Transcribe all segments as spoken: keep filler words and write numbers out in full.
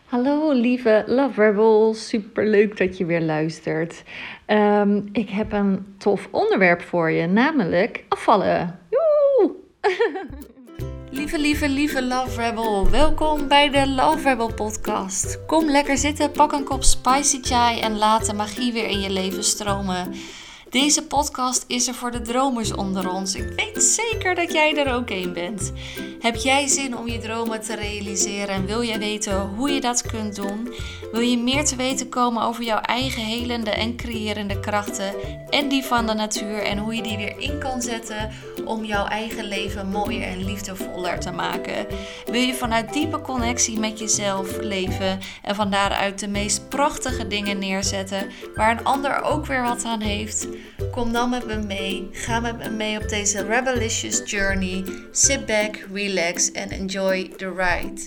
Hallo lieve Love Rebel, super leuk dat je weer luistert. Um, ik heb een tof onderwerp voor je, namelijk afvallen. Joe! Lieve, lieve, lieve Love Rebel, welkom bij de Love Rebel podcast. Kom lekker zitten, pak een kop spicy chai en laat de magie weer in je leven stromen. Deze podcast is er voor de dromers onder ons. Ik weet zeker dat jij er ook een bent. Heb jij zin om je dromen te realiseren en wil jij weten hoe je dat kunt doen? Wil je meer te weten komen over jouw eigen helende en creërende krachten en die van de natuur en hoe je die weer in kan zetten om jouw eigen leven mooier en liefdevoller te maken? Wil je vanuit diepe connectie met jezelf leven en van daaruit de meest prachtige dingen neerzetten waar een ander ook weer wat aan heeft? Kom dan met me mee. Ga met me mee op deze Rebelicious journey. Sit back, relax and enjoy the ride.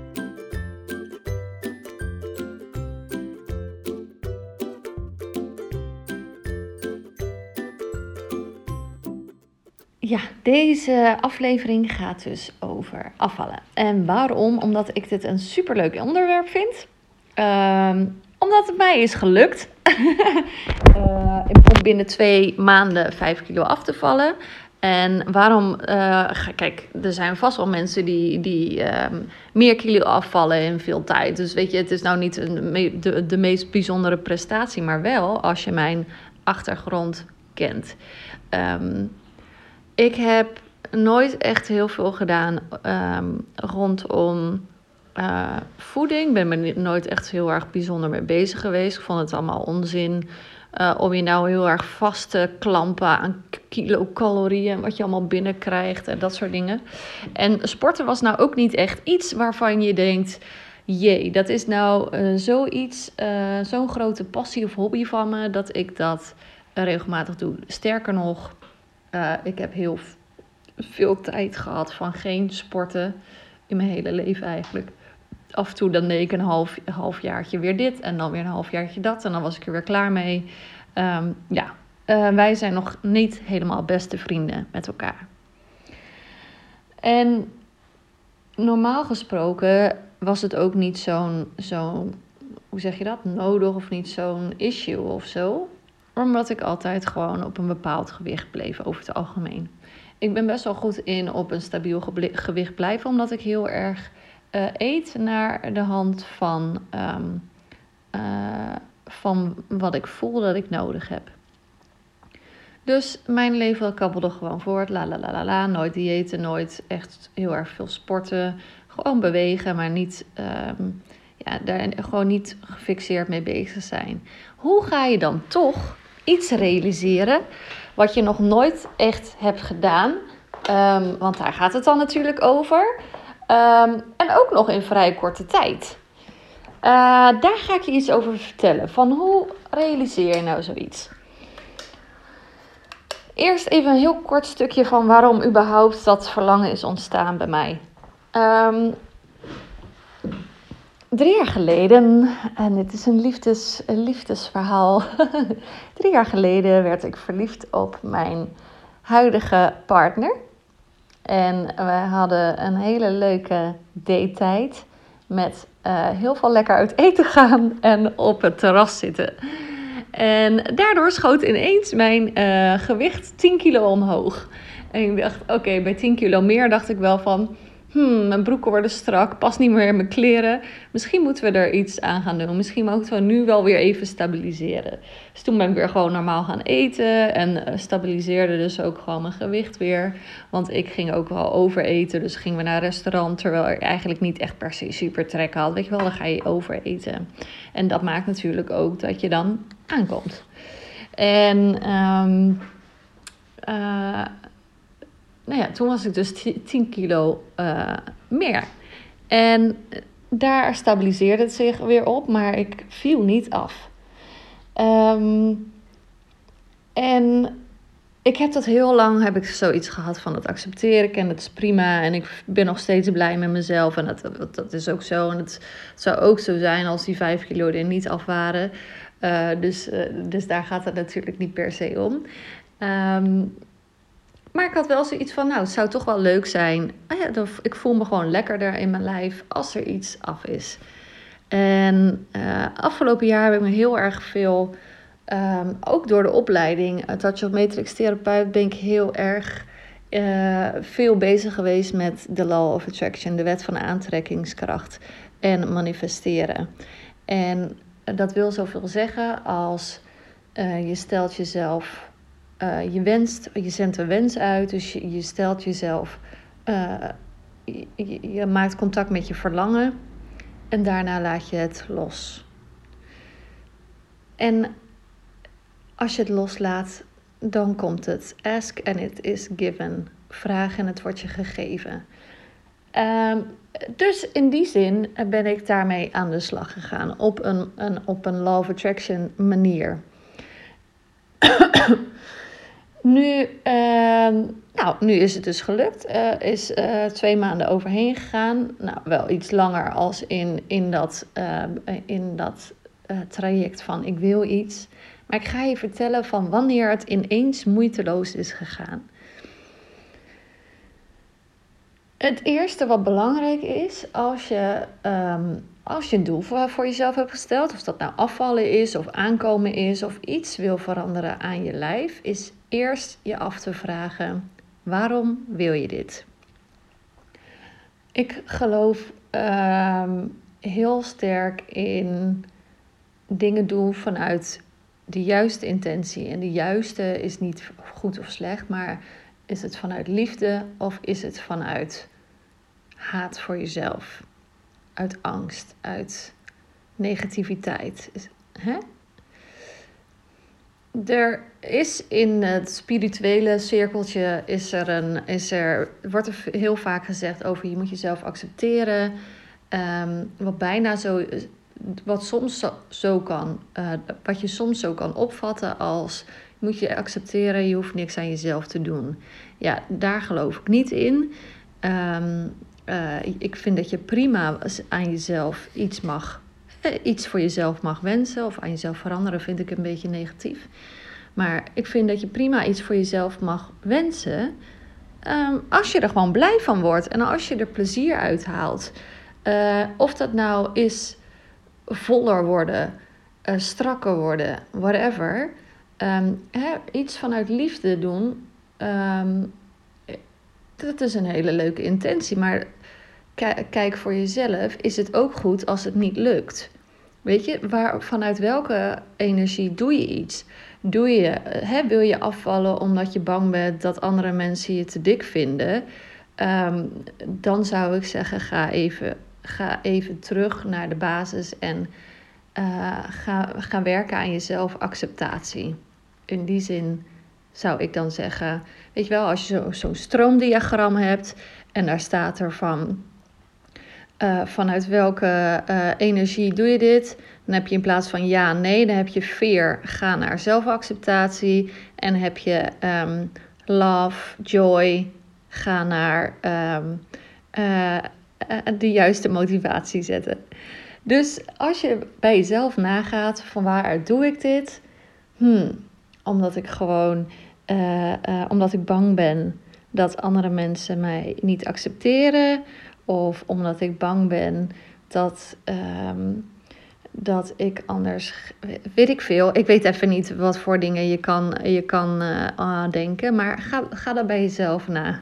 Ja, deze aflevering gaat dus over afvallen. En waarom? Omdat ik dit een superleuk onderwerp vind. Um, omdat het mij is gelukt. uh, om binnen twee maanden vijf kilo af te vallen. En waarom? Uh, kijk, er zijn vast wel mensen die, die um, meer kilo afvallen in veel tijd. Dus weet je, het is nou niet een, de, de meest bijzondere prestatie. Maar wel als je mijn achtergrond kent. Um, ik heb nooit echt heel veel gedaan um, rondom uh, voeding. Ik ben er nooit echt heel erg bijzonder mee bezig geweest. Ik vond het allemaal onzin uh, om je nou heel erg vast te klampen aan kilocalorieën en wat je allemaal binnenkrijgt en dat soort dingen. En sporten was nou ook niet echt iets waarvan je denkt, jee, dat is nou uh, zoiets, uh, zo'n grote passie of hobby van me, dat ik dat uh, regelmatig doe. Sterker nog, uh, ik heb heel v- veel tijd gehad van geen sporten in mijn hele leven eigenlijk. Af en toe dan deed ik een half, halfjaartje weer dit en dan weer een halfjaartje dat. En dan was ik er weer klaar mee. Um, ja, uh, wij zijn nog niet helemaal beste vrienden met elkaar. En normaal gesproken was het ook niet zo'n, zo'n, hoe zeg je dat, nodig of niet zo'n issue of zo. Omdat ik altijd gewoon op een bepaald gewicht bleef over het algemeen. Ik ben best wel goed in op een stabiel gewicht blijven, omdat ik heel erg uh, eet naar de hand van, um, uh, van wat ik voel dat ik nodig heb. Dus mijn leven kabbelde gewoon voort. La la la la la. Nooit diëten, nooit echt heel erg veel sporten. Gewoon bewegen, maar niet, um, ja, daar gewoon niet gefixeerd mee bezig zijn. Hoe ga je dan toch iets realiseren wat je nog nooit echt hebt gedaan? Um, want daar gaat het dan natuurlijk over. Um, en ook nog in vrij korte tijd. Uh, daar ga ik je iets over vertellen. Van hoe realiseer je nou zoiets? Eerst even een heel kort stukje van waarom überhaupt dat verlangen is ontstaan bij mij. Um, drie jaar geleden, en dit is een, liefdes, een liefdesverhaal. drie jaar geleden werd ik verliefd op mijn huidige partner. En we hadden een hele leuke datetijd met uh, heel veel lekker uit eten gaan en op het terras zitten. En daardoor schoot ineens mijn uh, gewicht tien kilo omhoog. En ik dacht, oké, okay, bij tien kilo meer dacht ik wel van, hmm, mijn broeken worden strak, past niet meer in mijn kleren. Misschien moeten we er iets aan gaan doen. Misschien moeten we nu wel weer even stabiliseren. Dus toen ben ik weer gewoon normaal gaan eten en uh, stabiliseerde dus ook gewoon mijn gewicht weer. Want ik ging ook wel overeten, dus gingen we naar een restaurant, terwijl ik eigenlijk niet echt per se super trek had. Weet je wel, dan ga je overeten. En dat maakt natuurlijk ook dat je dan aankomt. En um, uh, nou ja, toen was ik dus tien kilo uh, meer. En daar stabiliseerde het zich weer op, maar ik viel niet af. Um, en ik heb dat heel lang, heb ik zoiets gehad van, dat accepteer ik en dat is prima. En ik ben nog steeds blij met mezelf en dat, dat, dat is ook zo. En het zou ook zo zijn als die vijf kilo er niet af waren. Uh, dus, uh, dus daar gaat het natuurlijk niet per se om. Um, maar ik had wel zoiets van, nou, het zou toch wel leuk zijn. Oh ja, ik voel me gewoon lekkerder in mijn lijf als er iets af is. En uh, afgelopen jaar heb ik me heel erg veel, um, ook door de opleiding, uh, Touch of Matrix therapeut, ben ik heel erg uh, veel bezig geweest met de Law of Attraction, de wet van aantrekkingskracht en manifesteren. En dat wil zoveel zeggen als uh, je stelt jezelf, uh, je wenst, je zendt een wens uit, dus je, je stelt jezelf, uh, je, je, je maakt contact met je verlangen en daarna laat je het los. En als je het loslaat, dan komt het. Ask and it is given. Vraag en het wordt je gegeven. Um, dus in die zin ben ik daarmee aan de slag gegaan. Op een, een, op een Law of Attraction manier. nu, uh, nou, nu is het dus gelukt. Uh, is uh, twee maanden overheen gegaan. Nou, wel iets langer als in, in dat, uh, in dat uh, traject van ik wil iets. Maar ik ga je vertellen van wanneer het ineens moeiteloos is gegaan. Het eerste wat belangrijk is, als je, um, als je een doel voor, voor jezelf hebt gesteld, of dat nou afvallen is, of aankomen is, of iets wil veranderen aan je lijf, is eerst je af te vragen, waarom wil je dit? Ik geloof um, heel sterk in dingen doen vanuit de juiste intentie. En de juiste is niet goed of slecht, maar is het vanuit liefde of is het vanuit haat voor jezelf? Uit angst, uit negativiteit. Hè? Er is in het spirituele cirkeltje, is er een, is er, wordt er heel vaak gezegd over je moet jezelf accepteren. Um, wat bijna zo, wat soms zo, zo kan, uh, wat je soms zo kan opvatten als je moet je accepteren, je hoeft niks aan jezelf te doen. Ja, daar geloof ik niet in. Um, uh, ik vind dat je prima aan jezelf iets mag, eh, iets voor jezelf mag wensen of aan jezelf veranderen, vind ik een beetje negatief. Maar ik vind dat je prima iets voor jezelf mag wensen, um, als je er gewoon blij van wordt en als je er plezier uit haalt. Uh, of dat nou is voller worden, uh, strakker worden, whatever. Um, hè, iets vanuit liefde doen, um, dat is een hele leuke intentie. Maar k- kijk voor jezelf, is het ook goed als het niet lukt? Weet je, waar, vanuit welke energie doe je iets? Doe je, hè, wil je afvallen omdat je bang bent dat andere mensen je te dik vinden? Um, dan zou ik zeggen, ga even, ga even terug naar de basis en uh, ga, ga werken aan je zelfacceptatie. In die zin zou ik dan zeggen, weet je wel, als je zo, zo'n stroomdiagram hebt en daar staat er van, uh, vanuit welke uh, energie doe je dit? Dan heb je in plaats van ja, nee, dan heb je fear, ga naar zelfacceptatie. En heb je um, love, joy, ga naar um, uh, uh, de juiste motivatie zetten. Dus als je bij jezelf nagaat, van waaruit doe ik dit? Hmm, omdat ik gewoon, uh, uh, omdat ik bang ben dat andere mensen mij niet accepteren. Of omdat ik bang ben dat, um, dat ik anders, weet ik veel. Ik weet even niet wat voor dingen je kan, je kan uh, uh, denken. Maar ga, ga daar bij jezelf na.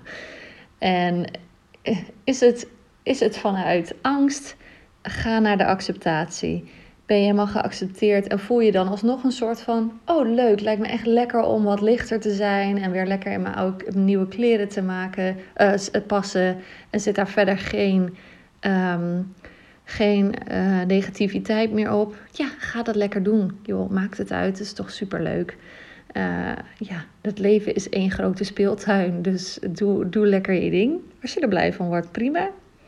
En is het, is het vanuit angst? Ga naar de acceptatie. Ben je helemaal geaccepteerd en voel je dan alsnog een soort van, oh leuk, lijkt me echt lekker om wat lichter te zijn en weer lekker in mijn oude, nieuwe kleren te maken, uh, passen. En zit daar verder geen, um, geen uh, negativiteit meer op. Ja, ga dat lekker doen. Joh, maakt het uit, het is toch superleuk. Uh, ja, het leven is één grote speeltuin, dus doe, doe lekker je ding. Als je er blij van wordt, prima.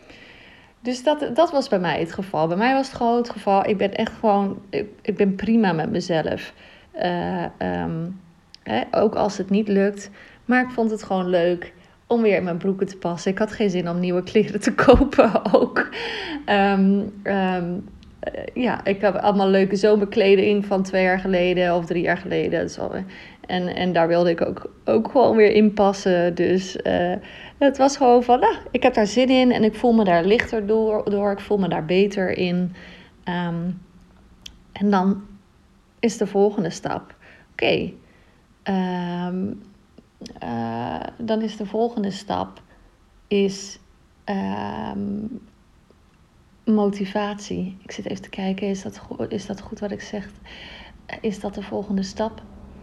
Dus dat, dat was bij mij het geval. Bij mij was het gewoon het geval, ik ben echt gewoon, ik, ik ben prima met mezelf. Uh, um, hè, ook als het niet lukt. Maar ik vond het gewoon leuk om weer in mijn broeken te passen. Ik had geen zin om nieuwe kleren te kopen ook. Um, um, ja, ik heb allemaal leuke zomerkleding van twee jaar geleden of drie jaar geleden. Dus al, en, en daar wilde ik ook, ook gewoon weer in passen. Dus uh, het was gewoon van, nou, ik heb daar zin in en ik voel me daar lichter door. door ik voel me daar beter in. Um, en dan is de volgende stap. Oké, okay, um, uh, dan is de volgende stap is um, motivatie. Ik zit even te kijken, is dat, go- is dat goed wat ik zeg? Is dat de volgende stap?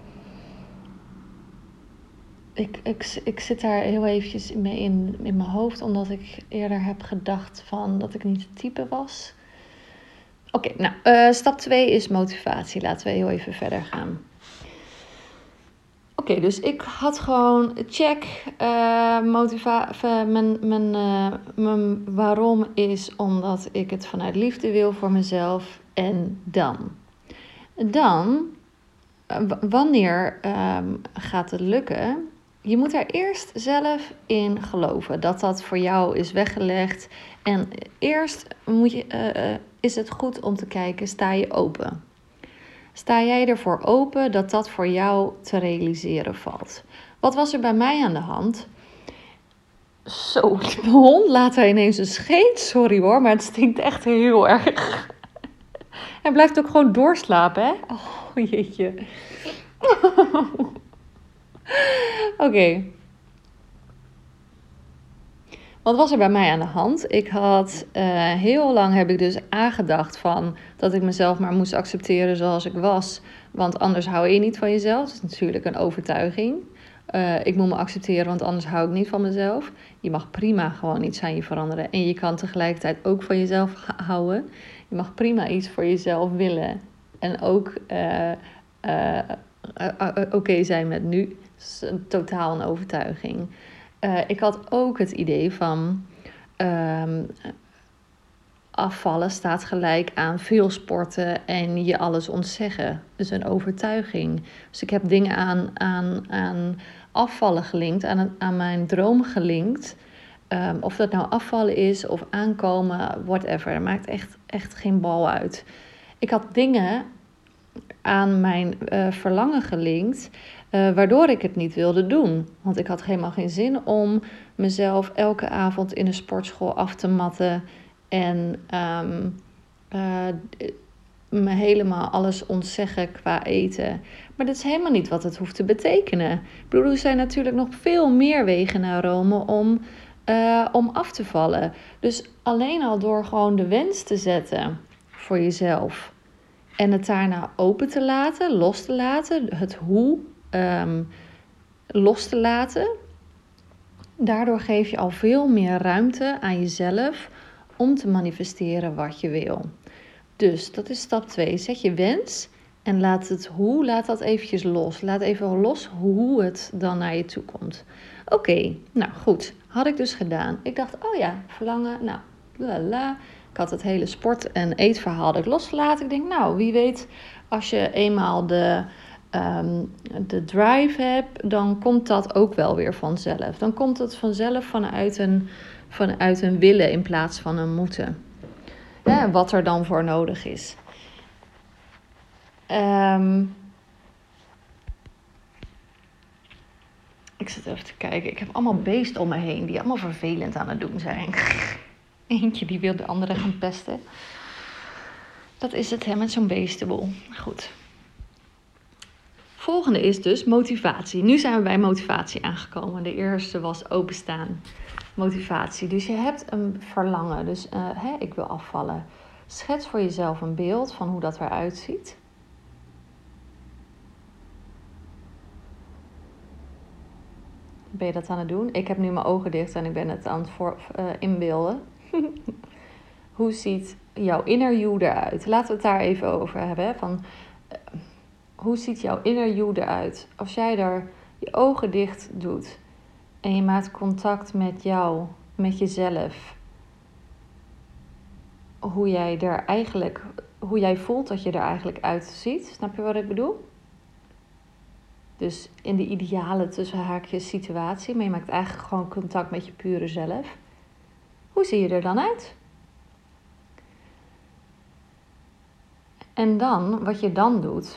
Ik, ik, ik zit daar heel eventjes mee in, in mijn hoofd, omdat ik eerder heb gedacht van dat ik niet het type was. Oké, okay, nou, uh, stap twee is motivatie. Laten we heel even verder gaan. Oké, okay, dus ik had gewoon check. Uh, motivatie. Mijn, mijn, uh, mijn waarom is omdat ik het vanuit liefde wil voor mezelf. En dan. Dan, uh, wanneer uh, gaat het lukken? Je moet er eerst zelf in geloven dat dat voor jou is weggelegd. En eerst moet je, uh, is het goed om te kijken, sta je open? Sta jij ervoor open dat dat voor jou te realiseren valt? Wat was er bij mij aan de hand? Zo, mijn hond laat er ineens een scheet. Sorry hoor, maar het stinkt echt heel erg. Hij blijft ook gewoon doorslapen, hè? Oh, jeetje. Oké. Okay. Wat was er bij mij aan de hand? Ik had uh, heel lang heb ik dus aangedacht van dat ik mezelf maar moest accepteren zoals ik was. Want anders hou je niet van jezelf. Dat is natuurlijk een overtuiging. Uh, ik moet me accepteren, want anders hou ik niet van mezelf. Je mag prima gewoon iets aan je veranderen. En je kan tegelijkertijd ook van jezelf houden. Je mag prima iets voor jezelf willen. En ook uh, uh, uh, uh, oké okay zijn met nu. Dat is totaal een overtuiging. Uh, ik had ook het idee van um, afvallen staat gelijk aan veel sporten en je alles ontzeggen. Dus een overtuiging. Dus ik heb dingen aan, aan, aan afvallen gelinkt, aan, aan mijn droom gelinkt. Um, of dat nou afvallen is of aankomen, whatever. Dat maakt echt, echt geen bal uit. Ik had dingen aan mijn uh, verlangen gelinkt, uh, waardoor ik het niet wilde doen. Want ik had helemaal geen zin om mezelf elke avond in een sportschool af te matten en um, uh, me helemaal alles ontzeggen qua eten. Maar dat is helemaal niet wat het hoeft te betekenen. Ik bedoel, er zijn natuurlijk nog veel meer wegen naar Rome om, uh, om af te vallen. Dus alleen al door gewoon de wens te zetten voor jezelf en het daarna open te laten, los te laten, het hoe um, los te laten. Daardoor geef je al veel meer ruimte aan jezelf om te manifesteren wat je wil. Dus dat is stap twee. Zet je wens en laat het hoe, laat dat eventjes los. Laat even los hoe het dan naar je toe komt. Oké, okay, nou goed. Had ik dus gedaan. Ik dacht, oh ja, verlangen, nou, lala. Ik had het hele sport- en eetverhaal had ik losgelaten. Ik denk, nou, wie weet, als je eenmaal de, um, de drive hebt, dan komt dat ook wel weer vanzelf. Dan komt het vanzelf vanuit een, vanuit een willen in plaats van een moeten. Ja, wat er dan voor nodig is. Um, ik zit even te kijken. Ik heb allemaal beesten om me heen die allemaal vervelend aan het doen zijn. Eentje die wil de andere gaan pesten. Dat is het, hè, met zo'n beestenboel. Goed. Volgende is dus motivatie. Nu zijn we bij motivatie aangekomen. De eerste was openstaan. Motivatie. Dus je hebt een verlangen. Dus uh, hè, ik wil afvallen. Schets voor jezelf een beeld van hoe dat eruit ziet. Ben je dat aan het doen? Ik heb nu mijn ogen dicht en ik ben het aan het voor, uh, inbeelden. Hoe ziet jouw inner you eruit? Laten we het daar even over hebben. Hè? Van, uh, hoe ziet jouw inner you eruit? Als jij daar je ogen dicht doet en je maakt contact met jou, met jezelf. Hoe jij er eigenlijk, hoe jij voelt dat je er eigenlijk uitziet. Snap je wat ik bedoel? Dus in de ideale tussen haakjes situatie, maar je maakt eigenlijk gewoon contact met je pure zelf. Hoe zie je er dan uit? En dan, wat je dan doet,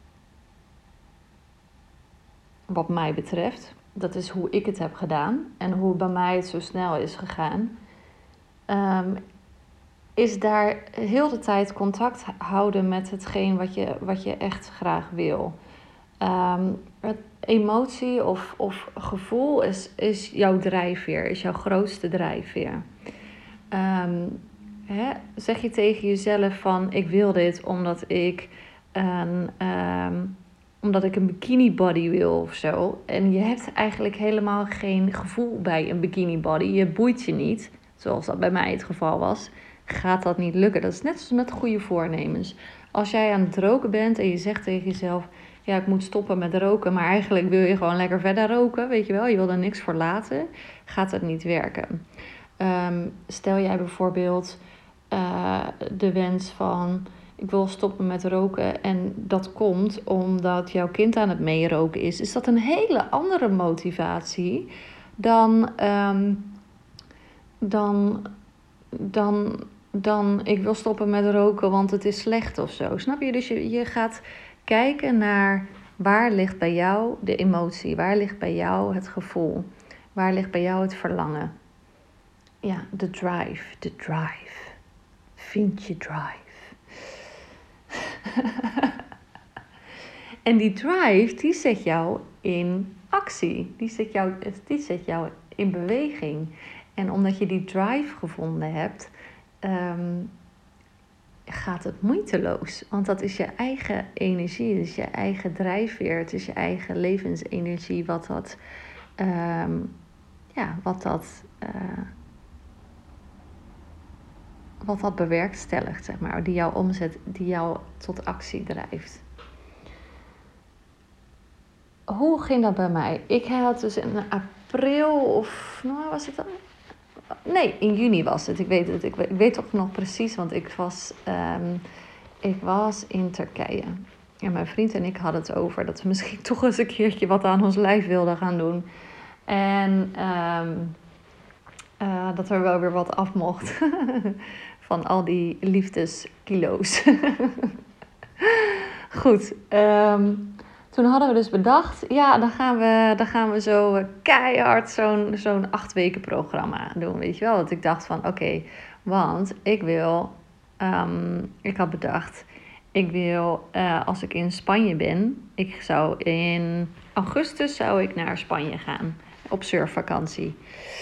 wat mij betreft, dat is hoe ik het heb gedaan en hoe bij mij het zo snel is gegaan, um, is daar heel de tijd contact houden met hetgeen wat je, wat je echt graag wil. Um, het emotie of, of gevoel is, is jouw drijfveer, is jouw grootste drijfveer. Um, hè, zeg je tegen jezelf van ik wil dit omdat ik een, um, omdat ik een bikini body wil of zo. En je hebt eigenlijk helemaal geen gevoel bij een bikini body. Je boeit je niet, zoals dat bij mij het geval was. Gaat dat niet lukken? Dat is net zoals met goede voornemens. Als jij aan het roken bent en je zegt tegen jezelf, ja, ik moet stoppen met roken, maar eigenlijk wil je gewoon lekker verder roken, weet je wel, je wil er niks voor laten, gaat het niet werken. Um, stel jij bijvoorbeeld uh, de wens van, ik wil stoppen met roken en dat komt omdat jouw kind aan het meeroken is, is dat een hele andere motivatie dan, um, dan, dan, dan ik wil stoppen met roken want het is slecht of zo. Snap je? Dus je, je gaat kijken naar waar ligt bij jou de emotie, waar ligt bij jou het gevoel, waar ligt bij jou het verlangen. Ja, de drive, de drive. Vind je drive. En die drive, die zet jou in actie. Die zet jou, die zet jou in beweging. En omdat je die drive gevonden hebt, um, gaat het moeiteloos. Want dat is je eigen energie, het is je eigen drijfveer, het is je eigen levensenergie wat dat, um, ja, wat dat, uh, wat dat bewerkstelligt, zeg maar, die jou omzet, die jou tot actie drijft. Hoe ging dat bij mij? Ik had dus in april of, nou was het dan? Nee, in juni was het. Ik weet het. Ik weet, ik weet toch nog precies, want ik was, um, ik was in Turkije. En mijn vriend en ik hadden het over dat we misschien toch eens een keertje wat aan ons lijf wilden gaan doen. En um, uh, dat er wel weer wat af mocht van al die liefdeskilo's. Goed, um, toen hadden we dus bedacht, ja, dan gaan we, dan gaan we zo keihard zo'n, zo'n acht weken programma doen, weet je wel. Want ik dacht van, oké, okay, want ik wil, um, ik had bedacht, ik wil, uh, als ik in Spanje ben, ik zou in augustus zou ik naar Spanje gaan, op surfvakantie.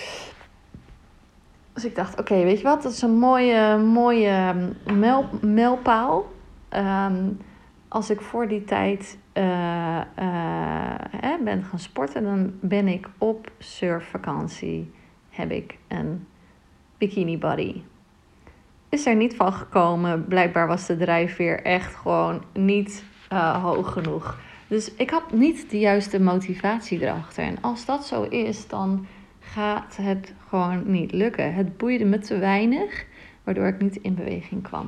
Dus ik dacht, oké, okay, weet je wat, dat is een mooie, mooie mijl, mijlpaal. Um, als ik voor die tijd uh, uh, hè, ben gaan sporten, dan ben ik op surfvakantie. Heb ik een bikini body. Is er niet van gekomen. Blijkbaar was de drijfveer echt gewoon niet uh, hoog genoeg. Dus ik had niet de juiste motivatie erachter. En als dat zo is, dan gaat het gewoon niet lukken. Het boeide me te weinig, waardoor ik niet in beweging kwam.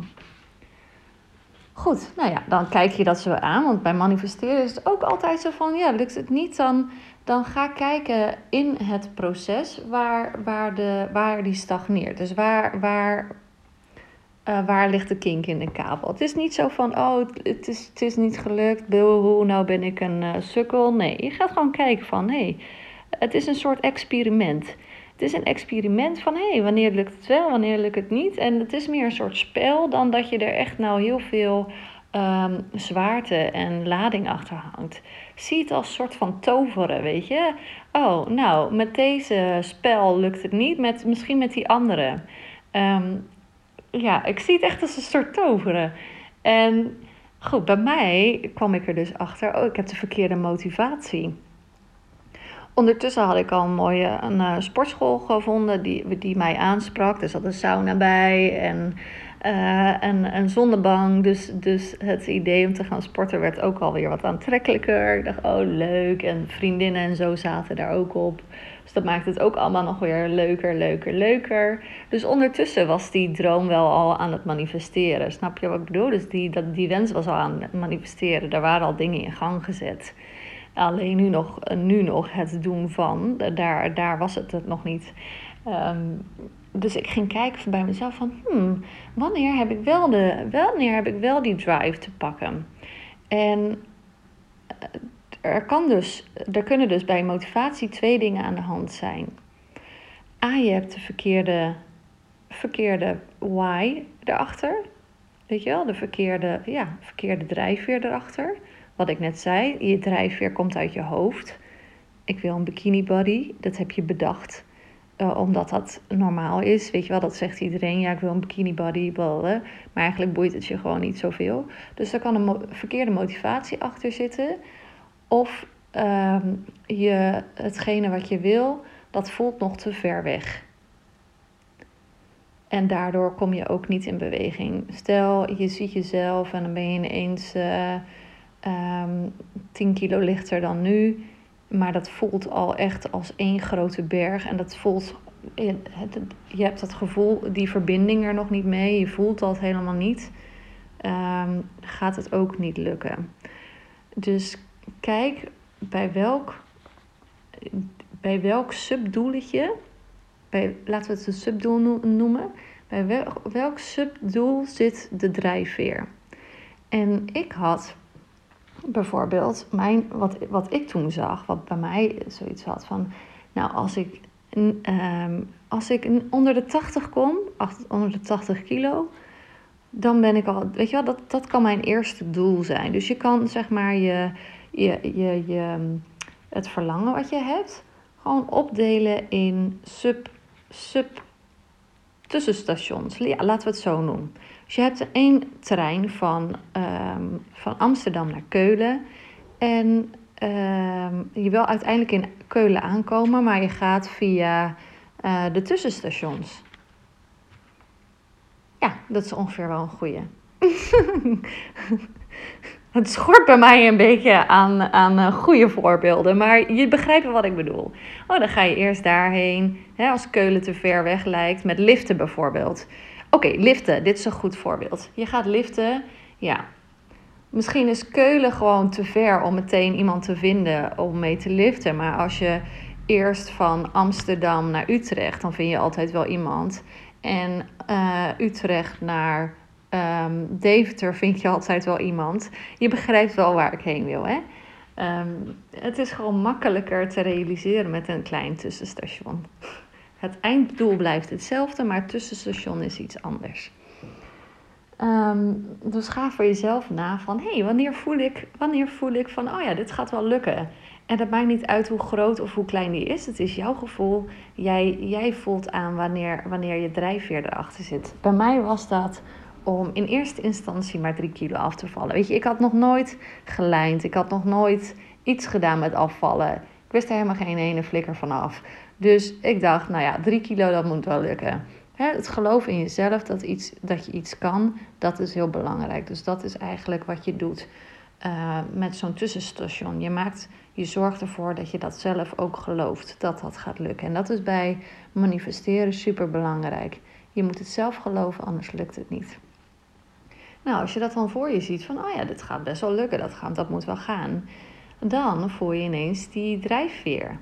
Goed, nou ja, dan kijk je dat zo aan. Want bij manifesteren is het ook altijd zo van, ja, lukt het niet, dan, dan ga kijken in het proces waar, waar, de, waar die stagneert. Dus waar, waar, uh, waar ligt de kink in de kabel? Het is niet zo van, oh, het is, het is niet gelukt, boehoe, nou ben ik een uh, sukkel. Nee, je gaat gewoon kijken van, hé, hey, het is een soort experiment. Het is een experiment van, hé, hey, wanneer lukt het wel, wanneer lukt het niet. En het is meer een soort spel dan dat je er echt nou heel veel um, zwaarte en lading achter hangt. Zie het als een soort van toveren, weet je. Oh, nou, met deze spel lukt het niet, met, misschien met die andere. Um, ja, ik zie het echt als een soort toveren. En goed, bij mij kwam ik er dus achter, oh, ik heb de verkeerde motivatie. Ondertussen had ik al een mooie een, uh, sportschool gevonden die, die mij aansprak. Er zat een sauna bij en uh, een, een zonnebank. Dus, dus het idee om te gaan sporten werd ook alweer wat aantrekkelijker. Ik dacht, oh leuk. En vriendinnen en zo zaten daar ook op. Dus dat maakte het ook allemaal nog weer leuker, leuker, leuker. Dus ondertussen was die droom wel al aan het manifesteren. Snap je wat ik bedoel? Dus die, dat, die wens was al aan het manifesteren. Er waren al dingen in gang gezet. Alleen nu nog, nu nog het doen van, daar, daar was het het nog niet. Um, dus ik ging kijken bij mezelf van, hmm, wanneer heb ik wel de, wanneer heb ik wel die drive te pakken? En er, kan dus, er kunnen dus bij motivatie twee dingen aan de hand zijn. A, je hebt de verkeerde verkeerde why erachter. Weet je wel, de verkeerde, ja, verkeerde drijfveer erachter. Wat ik net zei, je drijfveer komt uit je hoofd. Ik wil een bikini body, dat heb je bedacht. Uh, omdat dat normaal is. Weet je wel, dat zegt iedereen. Ja, ik wil een bikini body. Blablabla. Maar eigenlijk boeit het je gewoon niet zoveel. Dus daar kan een mo- verkeerde motivatie achter zitten. Of uh, je, hetgene wat je wil, dat voelt nog te ver weg. En daardoor kom je ook niet in beweging. Stel, je ziet jezelf en dan ben je ineens uh, um, tien kilo lichter dan nu. Maar dat voelt al echt als één grote berg. En dat voelt, je hebt dat gevoel, die verbinding er nog niet mee. Je voelt dat helemaal niet. Um, gaat het ook niet lukken. Dus kijk bij welk, bij welk subdoeletje, bij, laten we het een subdoel noemen. Bij welk, welk subdoel zit de drijfveer? En ik had bijvoorbeeld, mijn, wat, wat ik toen zag, wat bij mij zoiets had van, nou als ik, um, als ik onder de tachtig kom, onder de tachtig kilo, dan ben ik al, weet je wel, dat, dat kan mijn eerste doel zijn. Dus je kan zeg maar je, je, je, je het verlangen wat je hebt, gewoon opdelen in sub, sub tussenstations. Ja, laten we het zo noemen. Dus je hebt één trein van, um, van Amsterdam naar Keulen. En um, je wil uiteindelijk in Keulen aankomen, maar je gaat via uh, de tussenstations. Ja, dat is ongeveer wel een goeie. Het schort bij mij een beetje aan, aan uh, goede voorbeelden. Maar je begrijpt wat ik bedoel. Oh, dan ga je eerst daarheen. Hè, als Keulen te ver weg lijkt. Met liften bijvoorbeeld. Oké, okay, liften. Dit is een goed voorbeeld. Je gaat liften. Ja. Misschien is Keulen gewoon te ver om meteen iemand te vinden om mee te liften. Maar als je eerst van Amsterdam naar Utrecht. Dan vind je altijd wel iemand. En uh, Utrecht naar Um, Deventer vind je altijd wel iemand. Je begrijpt wel waar ik heen wil, hè? Um, het is gewoon makkelijker te realiseren met een klein tussenstation. Het einddoel blijft hetzelfde, maar het tussenstation is iets anders. Um, dus ga voor jezelf na van, hé, hey, wanneer voel ik, wanneer voel ik van, oh ja, dit gaat wel lukken. En dat maakt niet uit hoe groot of hoe klein die is. Het is jouw gevoel. Jij, jij voelt aan wanneer, wanneer je drijfveer erachter zit. Bij mij was dat om in eerste instantie maar drie kilo af te vallen. Weet je, ik had nog nooit gelijnd. Ik had nog nooit iets gedaan met afvallen. Ik wist er helemaal geen ene flikker van af. Dus ik dacht, nou ja, drie kilo, dat moet wel lukken. Hè, het geloof in jezelf, dat, iets, dat je iets kan, dat is heel belangrijk. Dus dat is eigenlijk wat je doet uh, met zo'n tussenstation. Je maakt, je zorgt ervoor dat je dat zelf ook gelooft, dat dat gaat lukken. En dat is bij manifesteren super belangrijk. Je moet het zelf geloven, anders lukt het niet. Nou, als je dat dan voor je ziet van, oh ja, dit gaat best wel lukken, dat, gaat, dat moet wel gaan. Dan voel je ineens die drijfveer.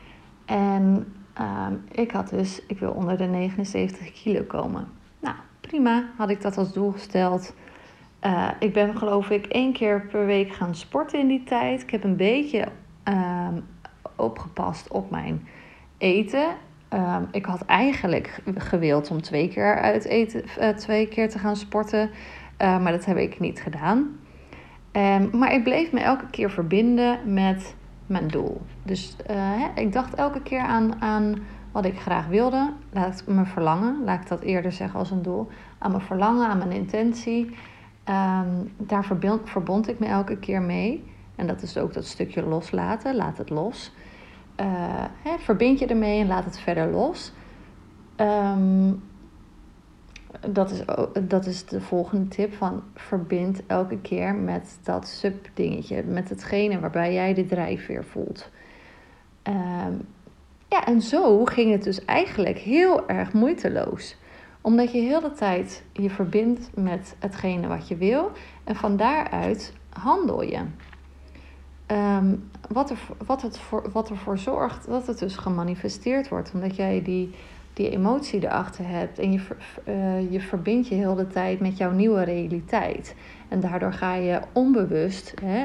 En um, ik had dus, ik wil onder de negenenzeventig kilo komen. Nou, prima, had ik dat als doel gesteld. Uh, ik ben geloof ik één keer per week gaan sporten in die tijd. Ik heb een beetje um, opgepast op mijn eten. Um, ik had eigenlijk gewild om twee keer uit eten, uh, twee keer te gaan sporten. Uh, maar dat heb ik niet gedaan. Um, maar ik bleef me elke keer verbinden met mijn doel. Dus uh, hè, ik dacht elke keer aan, aan wat ik graag wilde. Laat ik mijn verlangen, laat ik dat eerder zeggen als een doel. Aan mijn verlangen, aan mijn intentie. Um, daar verbond, verbond ik me elke keer mee. En dat is ook dat stukje loslaten. Laat het los. Uh, hè, verbind je ermee en laat het verder los. Um, dat, is, dat is de volgende tip van verbind elke keer met dat subdingetje. Met hetgene waarbij jij de drijfveer voelt. Um, ja, en zo ging het dus eigenlijk heel erg moeiteloos. Omdat je heel de tijd je verbindt met hetgene wat je wil. En van daaruit handel je. Um, wat, er, wat, het voor, wat ervoor zorgt dat het dus gemanifesteerd wordt. Omdat jij die, die emotie erachter hebt. En je, uh, je verbindt je heel de tijd met jouw nieuwe realiteit. En daardoor ga je onbewust, hè,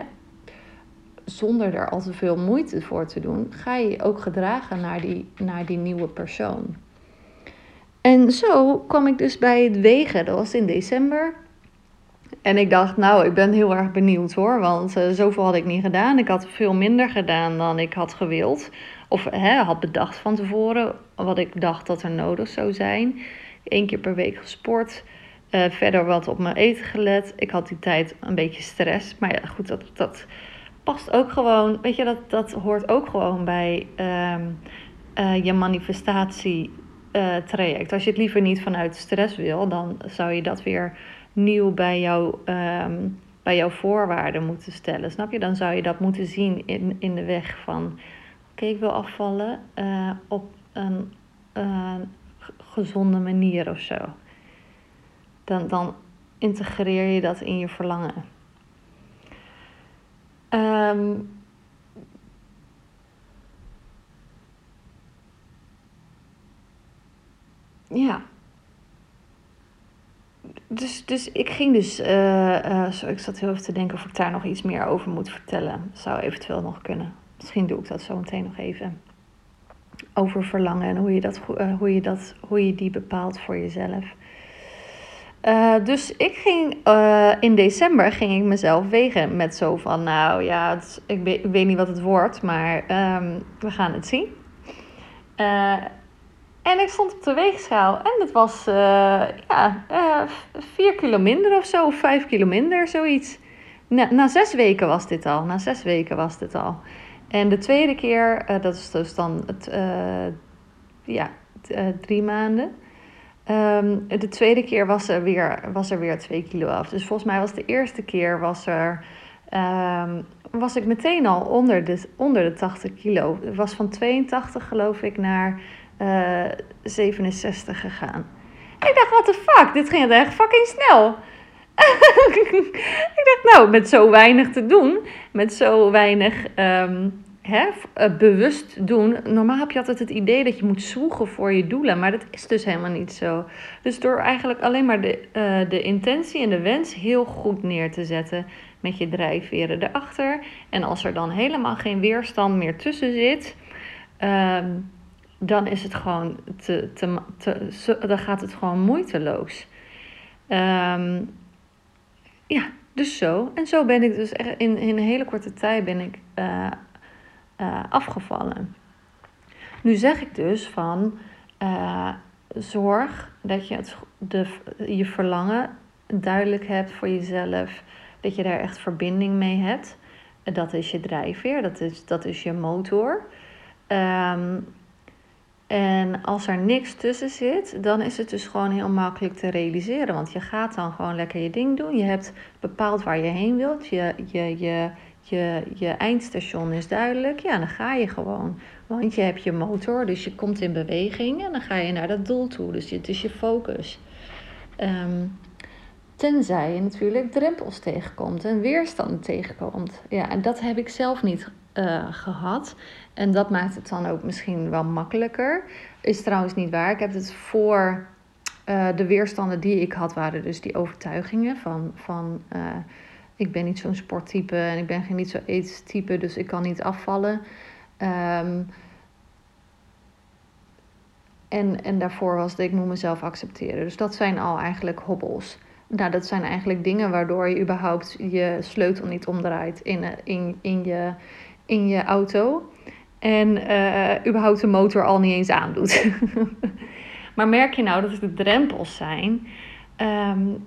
zonder er al te veel moeite voor te doen, ga je je ook gedragen naar die, naar die nieuwe persoon. En zo kwam ik dus bij het wegen. Dat was in december. En ik dacht, nou, ik ben heel erg benieuwd hoor. Want uh, zoveel had ik niet gedaan. Ik had veel minder gedaan dan ik had gewild. Of hè, had bedacht van tevoren. Wat ik dacht dat er nodig zou zijn. Eén keer per week gesport. Uh, verder wat op mijn eten gelet. Ik had die tijd een beetje stress. Maar ja, goed, dat, dat past ook gewoon. Weet je, dat, dat hoort ook gewoon bij um, uh, je manifestatie uh, traject. Als je het liever niet vanuit stress wil, dan zou je dat weer nieuw bij, jou, um, bij jouw voorwaarden moeten stellen. Snap je? Dan zou je dat moeten zien in, in de weg van... Oké, okay, ik wil afvallen uh, op een uh, gezonde manier of zo. Dan, dan integreer je dat in je verlangen. Um, ja... Dus, dus ik ging dus, uh, uh, zo, ik zat heel even te denken of ik daar nog iets meer over moet vertellen. Zou eventueel nog kunnen. Misschien doe ik dat zo meteen nog even. Over verlangen en hoe je, dat, uh, hoe je, dat, hoe je die bepaalt voor jezelf. Uh, dus ik ging, uh, in december ging ik mezelf wegen met zo van, nou ja, het, ik, weet, ik weet niet wat het wordt, maar um, we gaan het zien. Uh, En ik stond op de weegschaal en het was uh, ja, uh, vier kilo minder of zo, of vijf kilo minder, zoiets. Na, na zes weken was dit al, na zes weken was dit al. En de tweede keer, uh, dat is dus dan het, uh, ja, t, uh, drie maanden. Um, de tweede keer was er, weer, was er weer twee kilo af. Dus volgens mij was de eerste keer was er... Um, was ik meteen al onder de, onder de tachtig kilo. Het was van tweeëntachtig geloof ik naar... Uh, zevenenzestig gegaan. En ik dacht, what the fuck, dit ging echt fucking snel. Ik dacht, nou, met zo weinig te doen, met zo weinig um, hè, uh, bewust doen. Normaal heb je altijd het idee dat je moet zwoegen voor je doelen, maar dat is dus helemaal niet zo. Dus door eigenlijk alleen maar de, uh, de intentie en de wens heel goed neer te zetten met je drijfveren erachter. En als er dan helemaal geen weerstand meer tussen zit... Um, dan is het gewoon te, te, te, te, dan gaat het gewoon moeiteloos. Um, ja, dus zo. En zo ben ik dus echt in, in een hele korte tijd ben ik uh, uh, afgevallen. Nu zeg ik dus van uh, zorg dat je het, de, je verlangen duidelijk hebt voor jezelf. Dat je daar echt verbinding mee hebt. Dat is je drijfveer, dat is, dat is je motor. Um, En als er niks tussen zit, dan is het dus gewoon heel makkelijk te realiseren. Want je gaat dan gewoon lekker je ding doen. Je hebt bepaald waar je heen wilt. Je, je, je, je, je eindstation is duidelijk. Ja, dan ga je gewoon. Want je hebt je motor, dus je komt in beweging. En dan ga je naar dat doel toe. Dus het is je focus. Um, tenzij je natuurlijk drempels tegenkomt en weerstand tegenkomt. Ja, en dat heb ik zelf niet uh, gehad. En dat maakt het dan ook misschien wel makkelijker. Is trouwens niet waar. Ik heb het voor uh, de weerstanden die ik had, waren dus die overtuigingen van... van uh, ik ben niet zo'n sporttype en ik ben geen niet zo'n eetstype, dus ik kan niet afvallen. Um, en, en daarvoor was het, ik moet mezelf accepteren. Dus dat zijn al eigenlijk hobbels. Nou, dat zijn eigenlijk dingen waardoor je überhaupt je sleutel niet omdraait in, in, in, je, in je auto. En uh, überhaupt de motor al niet eens aandoet. Maar merk je nou dat het drempels zijn? Um,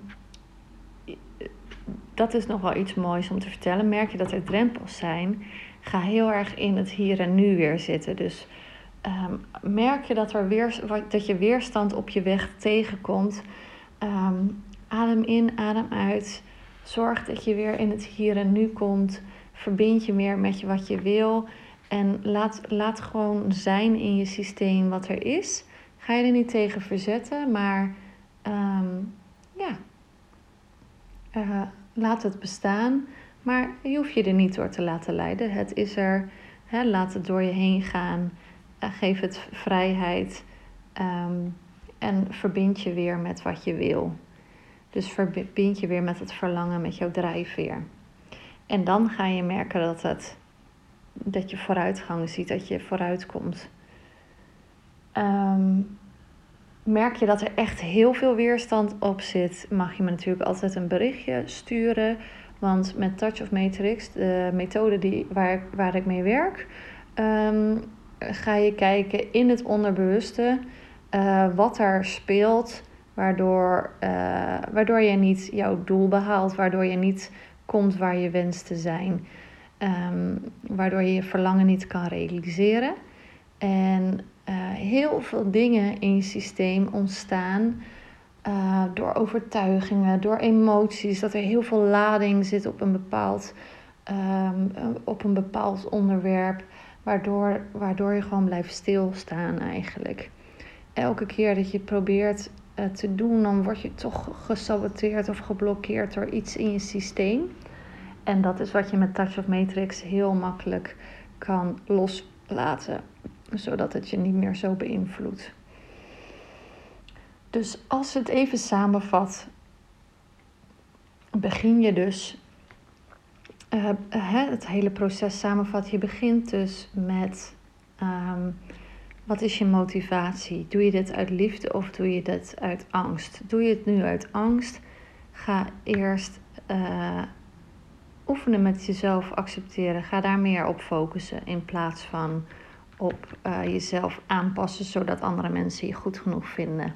dat is nog wel iets moois om te vertellen. Merk je dat er drempels zijn? Ga heel erg in het hier en nu weer zitten. Dus um, merk je dat, er weer, dat je weerstand op je weg tegenkomt? Um, adem in, adem uit. Zorg dat je weer in het hier en nu komt. Verbind je meer met je wat je wil. En laat, laat gewoon zijn in je systeem wat er is. Ga je er niet tegen verzetten, maar um, ja, uh, laat het bestaan. Maar je hoeft je er niet door te laten leiden. Het is er, hè, laat het door je heen gaan. Uh, geef het vrijheid. Um, en verbind je weer met wat je wil. Dus verbind je weer met het verlangen, met jouw drijfveer. En dan ga je merken dat het... dat je vooruitgang ziet, dat je vooruit komt. Um, merk je dat er echt heel veel weerstand op zit, mag je me natuurlijk altijd een berichtje sturen. Want met Touch of Matrix, de methode die, waar, waar ik mee werk, um, ga je kijken in het onderbewuste uh, wat er speelt, waardoor, uh, waardoor je niet jouw doel behaalt, waardoor je niet komt waar je wenst te zijn, um, waardoor je je verlangen niet kan realiseren. En uh, heel veel dingen in je systeem ontstaan uh, door overtuigingen, door emoties, dat er heel veel lading zit op een bepaald, um, op een bepaald onderwerp, waardoor, waardoor je gewoon blijft stilstaan eigenlijk. Elke keer dat je het probeert uh, te doen, dan word je toch gesaboteerd of geblokkeerd door iets in je systeem. En dat is wat je met Touch of Matrix heel makkelijk kan loslaten, zodat het je niet meer zo beïnvloedt. Dus als het even samenvat, begin je dus uh, het hele proces samenvat. Je begint dus met um, wat is je motivatie? Doe je dit uit liefde of doe je dit uit angst? Doe je het nu uit angst? Ga eerst uh, oefenen met jezelf accepteren. Ga daar meer op focussen in plaats van op uh, jezelf aanpassen zodat andere mensen je goed genoeg vinden.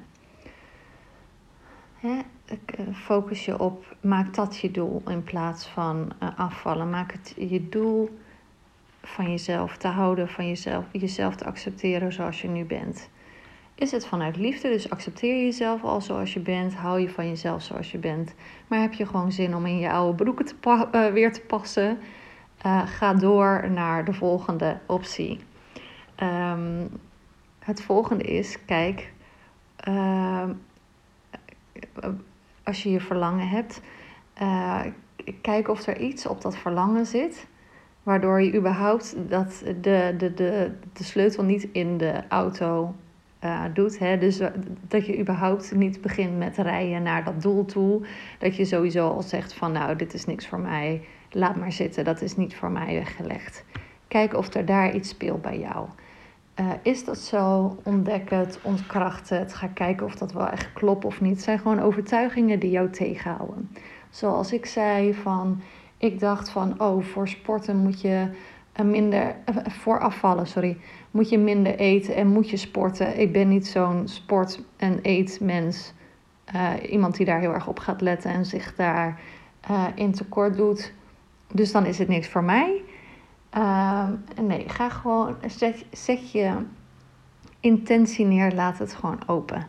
Hè? Focus je op, maak dat je doel in plaats van uh, afvallen. Maak het je doel van jezelf te houden, van jezelf, jezelf te accepteren zoals je nu bent. Is het vanuit liefde, dus accepteer je jezelf al zoals je bent, hou je van jezelf zoals je bent. Maar heb je gewoon zin om in je oude broeken te pa- uh, weer te passen, uh, ga door naar de volgende optie. Um, het volgende is, kijk, uh, als je je verlangen hebt, uh, kijk of er iets op dat verlangen zit, waardoor je überhaupt dat de, de, de, de sleutel niet in de auto uh, doet. Hè? Dus uh, dat je überhaupt niet begint met rijden naar dat doel toe. Dat je sowieso al zegt van nou, dit is niks voor mij, laat maar zitten, dat is niet voor mij weggelegd. Kijk of er daar iets speelt bij jou. Uh, is dat zo? Ontdek het, ontkracht het. Ga kijken of dat wel echt klopt of niet. Het zijn gewoon overtuigingen die jou tegenhouden. Zoals ik zei van, ik dacht van, oh, voor sporten moet je minder, uh, voor afvallen, sorry, moet je minder eten en moet je sporten. Ik ben niet zo'n sport- en eetmens. Uh, iemand die daar heel erg op gaat letten en zich daar uh, in tekort doet. Dus dan is het niks voor mij. Uh, nee, ga gewoon, zet, zet je intentie neer, laat het gewoon open.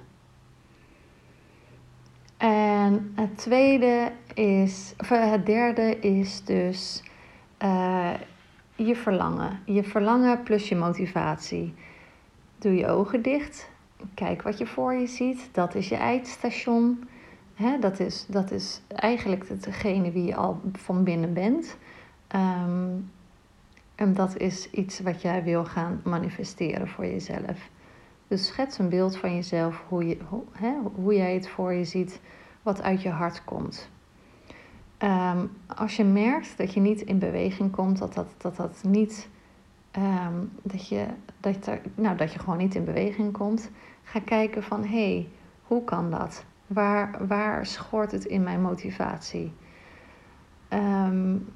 En het tweede is, of het derde is dus uh, je verlangen. Je verlangen plus je motivatie. Doe je ogen dicht, kijk wat je voor je ziet, dat is je eindstation. Hè, dat is, dat is eigenlijk degene wie je al van binnen bent. Um, En dat is iets wat jij wil gaan manifesteren voor jezelf. Dus schets een beeld van jezelf, hoe, je, hoe, hè, hoe jij het voor je ziet, wat uit je hart komt. Um, als je merkt dat je niet in beweging komt, dat dat, dat, dat niet, um, dat, je, dat, er, nou, dat je gewoon niet in beweging komt, ga kijken van, hé, hey, hoe kan dat? Waar, waar schort het in mijn motivatie? Um,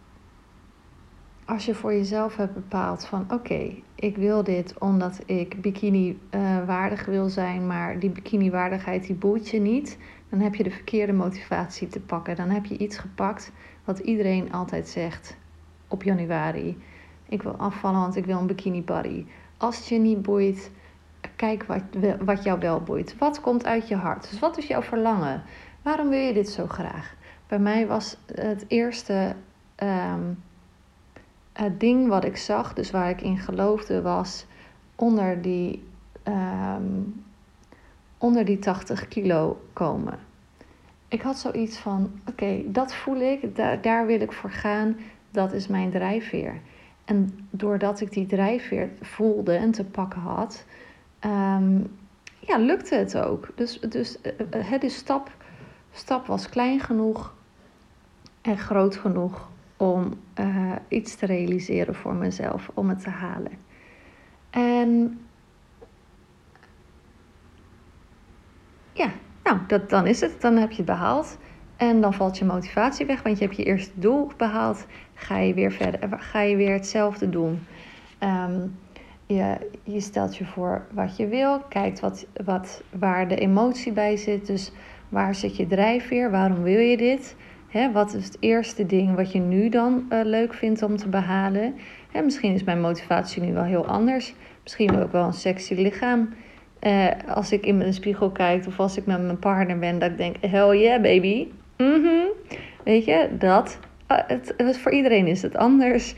Als je voor jezelf hebt bepaald van oké, okay, ik wil dit omdat ik bikini uh, waardig wil zijn, maar die bikini waardigheid die boeit je niet, dan heb je de verkeerde motivatie te pakken. Dan heb je iets gepakt wat iedereen altijd zegt op januari. Ik wil afvallen want ik wil een bikini body. Als het je niet boeit, kijk wat, wat jou wel boeit. Wat komt uit je hart? Dus wat is jouw verlangen? Waarom wil je dit zo graag? Bij mij was het eerste Um, Het ding wat ik zag, dus waar ik in geloofde, was onder die, um, onder die tachtig kilo komen. Ik had zoiets van, oké, okay, dat voel ik, daar, daar wil ik voor gaan, dat is mijn drijfveer. En doordat ik die drijfveer voelde en te pakken had, um, ja, lukte het ook. Dus, dus uh, de stap, stap was klein genoeg en groot genoeg om uh, iets te realiseren voor mezelf, om het te halen. En ja, nou, dat, dan is het. Dan heb je het behaald. En dan valt je motivatie weg, want je hebt je eerste doel behaald. Ga je weer verder, ga je weer hetzelfde doen. Um, je, je stelt je voor wat je wil. Kijkt wat, wat, waar de emotie bij zit. Dus waar zit je drijfveer? Waarom wil je dit? He, wat is het eerste ding wat je nu dan uh, leuk vindt om te behalen? He, misschien is mijn motivatie nu wel heel anders. Misschien wil ik wel een sexy lichaam. Uh, als ik in mijn spiegel kijk of als ik met mijn partner ben, dat ik denk, hell yeah baby. Mm-hmm. Weet je, dat. Uh, het, het, voor iedereen is het anders.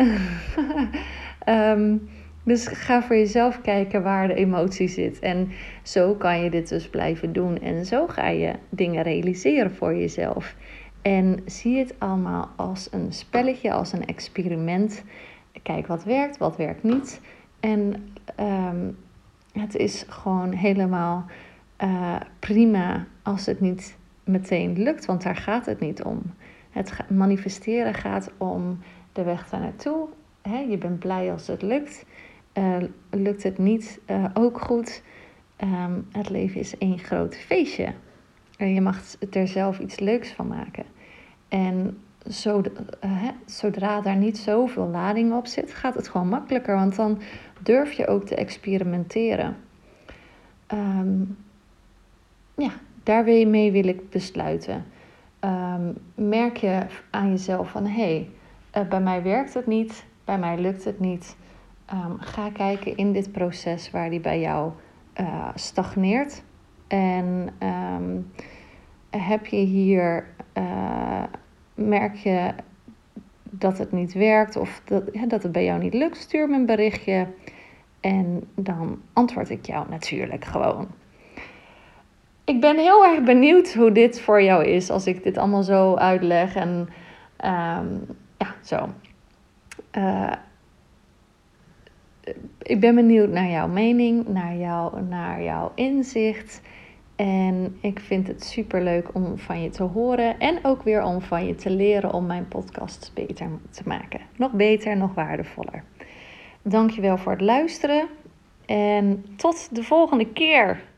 um, dus ga voor jezelf kijken waar de emotie zit. En zo kan je dit dus blijven doen. En zo ga je dingen realiseren voor jezelf. En zie het allemaal als een spelletje, als een experiment. Kijk wat werkt, wat werkt niet. En um, het is gewoon helemaal uh, prima als het niet meteen lukt, want daar gaat het niet om. Het manifesteren gaat om de weg daar naartoe. He, je bent blij als het lukt. Uh, lukt het niet, uh, ook goed. Um, het leven is één groot feestje. En je mag er zelf iets leuks van maken. En zodra daar niet zoveel lading op zit, gaat het gewoon makkelijker. Want dan durf je ook te experimenteren. Um, ja, daarmee wil ik besluiten. Um, merk je aan jezelf van, hé, hey, uh, bij mij werkt het niet, bij mij lukt het niet. Um, ga kijken in dit proces waar die bij jou uh, stagneert. En um, heb je hier, uh, merk je dat het niet werkt of dat, ja, dat het bij jou niet lukt, stuur me een berichtje. En dan antwoord ik jou natuurlijk gewoon. Ik ben heel erg benieuwd hoe dit voor jou is als ik dit allemaal zo uitleg. En um, ja, zo. Uh, ik ben benieuwd naar jouw mening, naar, jou, naar jouw inzicht. En ik vind het super leuk om van je te horen. En ook weer om van je te leren om mijn podcast beter te maken. Nog beter, nog waardevoller. Dankjewel voor het luisteren. En tot de volgende keer.